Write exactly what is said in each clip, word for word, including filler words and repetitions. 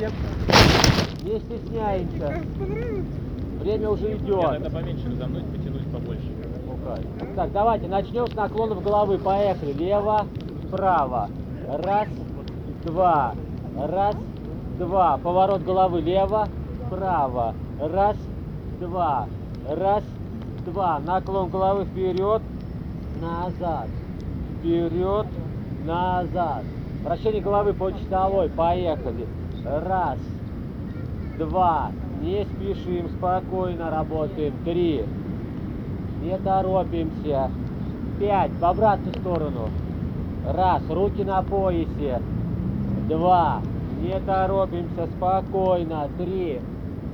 Едем. Не стесняемся. Время уже идет. Мне надо поменьше разомнуть, потянуть побольше. Так, давайте начнем с наклонов головы. Поехали. Лево, право. Раз, два. Раз, два. Поворот головы. Лево, право. Раз, два. Раз, два. Наклон головы вперед, назад. Вперед, назад. Вращение головы по часовой. Поехали. Раз, два. Не спешим, спокойно работаем. Три. Не торопимся. Пять. В обратную сторону. Раз. Руки на поясе. Два. Не торопимся, спокойно. Три.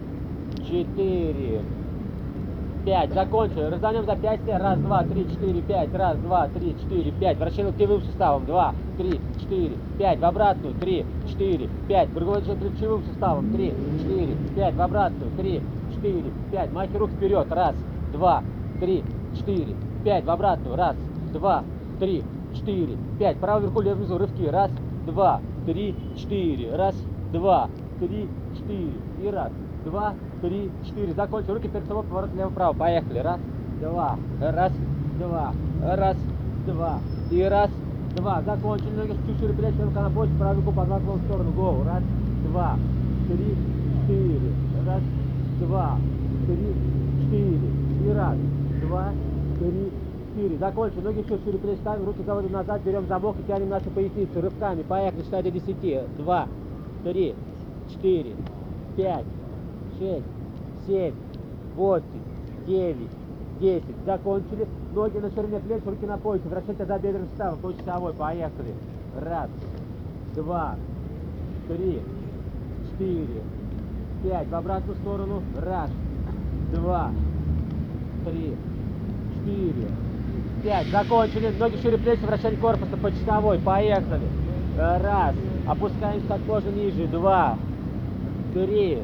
Четыре. Пять. Закончили. Разомнем за пять. Раз, два, три, четыре, пять. Раз, два, три, четыре, пять. Вращение локтевым суставом. Два, три, четыре, пять. В обратную. Три, четыре, пять. Другой плечевым суставом. Три, четыре, пять. В обратную. Три, четыре, пять. Махи рук вперед. Раз, два, три, четыре, пять. В обратную. Раз, два, три, четыре, пять. Правую вверху, левую внизу. Рывки. Раз, два, три, четыре. Раз, два, три, четыре. И раз, два, три, четыре. Закончили. Руки перед собой, поворот лево-право. Поехали. Раз, два, раз, два, раз, два. И раз, два. Закончили. Ноги чуть шире плечи, рука на поясе, правую руку под наклон в сторону. Гоу. Раз, два, три, четыре. Раз, два, три, четыре. И раз, два, три, четыре. Закончили. Ноги чуть шире плечи ставим, руки заводим назад, берем замок и тянем нашу поясницу. Рывками. Поехали. Считай до десяти. Два, три, четыре, пять, шесть, семь, восемь, девять, десять. Закончили. Ноги на ширине плеч, руки на поясе. Вращайте за бедренным суставом. По часовой. Поехали. Раз, два, три, четыре, пять. В обратную сторону. Раз, два, три, четыре, пять. Закончили. Ноги шире плечи, вращение корпуса по часовой. Поехали. Раз. Опускаемся как можно ниже. Два, три,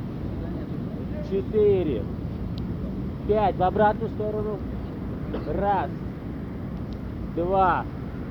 четыре, пять. В обратную сторону. Раз, два,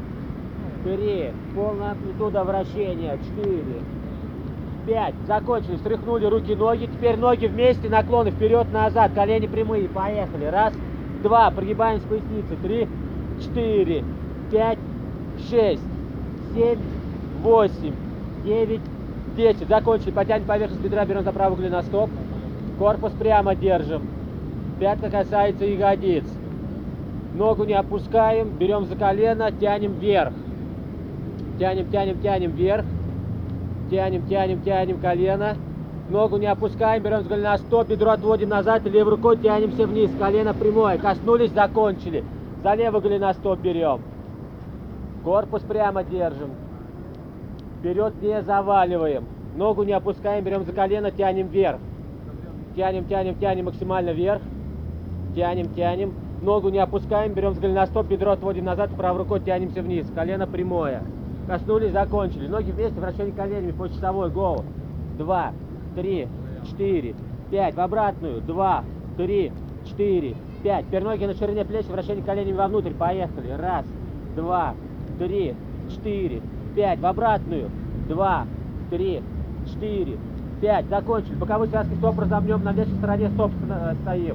три. Полная амплитуда вращения. Четыре, пять. Закончили. Стряхнули руки, ноги. Теперь ноги вместе, наклоны вперед-назад. Колени прямые. Поехали. Раз, два. Прогибаем с поясницы. Три, четыре, пять, шесть, семь, восемь, девять, десять. Закончили. Потянем поверхность бедра, берем за правый голеностоп. Корпус прямо держим. Пятка касается ягодиц. Ногу не опускаем. Берем за колено, тянем вверх. Тянем, тянем, тянем вверх. Тянем, тянем, тянем колено. Ногу не опускаем. Берем за голеностоп. Бедро отводим назад. И левой рукой тянемся вниз. Колено прямое. Коснулись, закончили. За левый голеностоп берем. Корпус прямо держим. Вперед не заваливаем. Ногу не опускаем. Берем за колено, тянем вверх. Тянем, тянем, тянем максимально вверх. Тянем, тянем. Ногу не опускаем. Берем за голеностоп. Бедро отводим назад. Правой рукой тянемся вниз. Колено прямое. Коснулись, закончили. Ноги вместе, вращение коленями по часовой. Гоу. Два, три, четыре, пять. В обратную. Два, три, четыре, пять. Теперь ноги на ширине плеч, вращение коленями вовнутрь. Поехали. Раз, два, три, четыре, пять. В обратную. Два, три, четыре, пять. Закончили. Боковые связки стоп разомнем. На внешней стороне стоп стоим.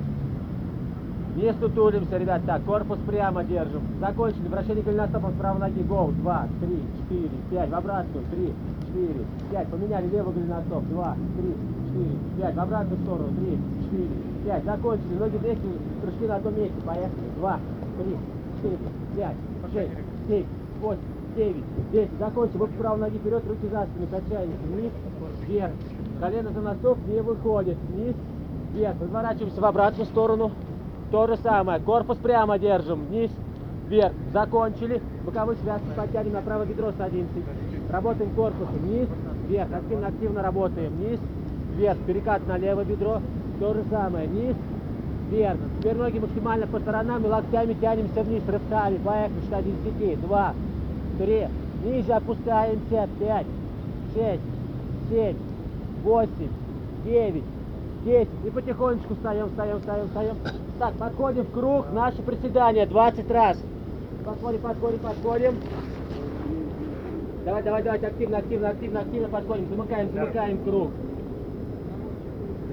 Не сутулимся, ребят. Так, корпус прямо держим. Закончили. Вращение голеностопом с правой ноги. Гоу. Два, три, четыре, пять. В обратную. Три, четыре, пять. Поменяли левый голеностоп. Два, три, четыре, пять. В обратную сторону. Три, четыре, пять. Закончили. Ноги вместе. Прыжки на одном месте. Поехали. Два, три, четыре, пять, шесть, семь, восемь, девять, десять. Закончили. Руки правой ноги вперед. Руки за спину. Качаемся. Вниз, вверх. Колено за носок не выходит. Вниз, вверх. Разворачиваемся в обратную сторону. То же самое. Корпус прямо держим. Вниз, вверх. Закончили. Боковые связки подтянем на правое бедро, садимся. Работаем корпусом. Вниз, вверх. Активно, активно работаем. Вниз, вверх. Перекат на левое бедро. То же самое. Вниз, вверх. Теперь ноги максимально по сторонам и локтями тянемся вниз. Рывками. Поехали. Считай до десяти. Два, три. Ниже опускаемся. Пять, шесть, семь, восемь, девять, десять. И потихонечку встаем, встаем, встаем, встаем. Так, подходим в круг. Наше приседание двадцать раз. Подходим, подходим, подходим. Давай, давай, давай, активно, активно, активно, активно подходим. Замыкаем, замыкаем круг.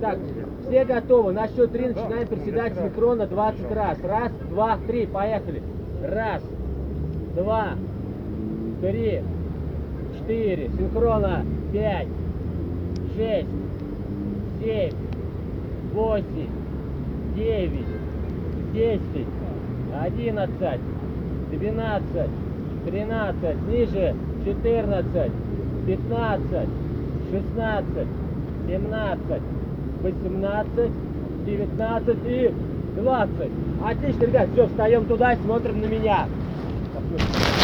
Так, все готовы. На счет три начинаем приседать синхронно двадцать раз. Раз, два, три. Поехали. Раз, два, три, четыре. Синхронно. Пять, шесть, семь, восемь, девять, десять, одиннадцать, двенадцать, тринадцать. Ниже. четырнадцать, пятнадцать, шестнадцать, семнадцать, восемнадцать, девятнадцать и двадцать. Отлично, ребят, все, встаем туда и смотрим на меня.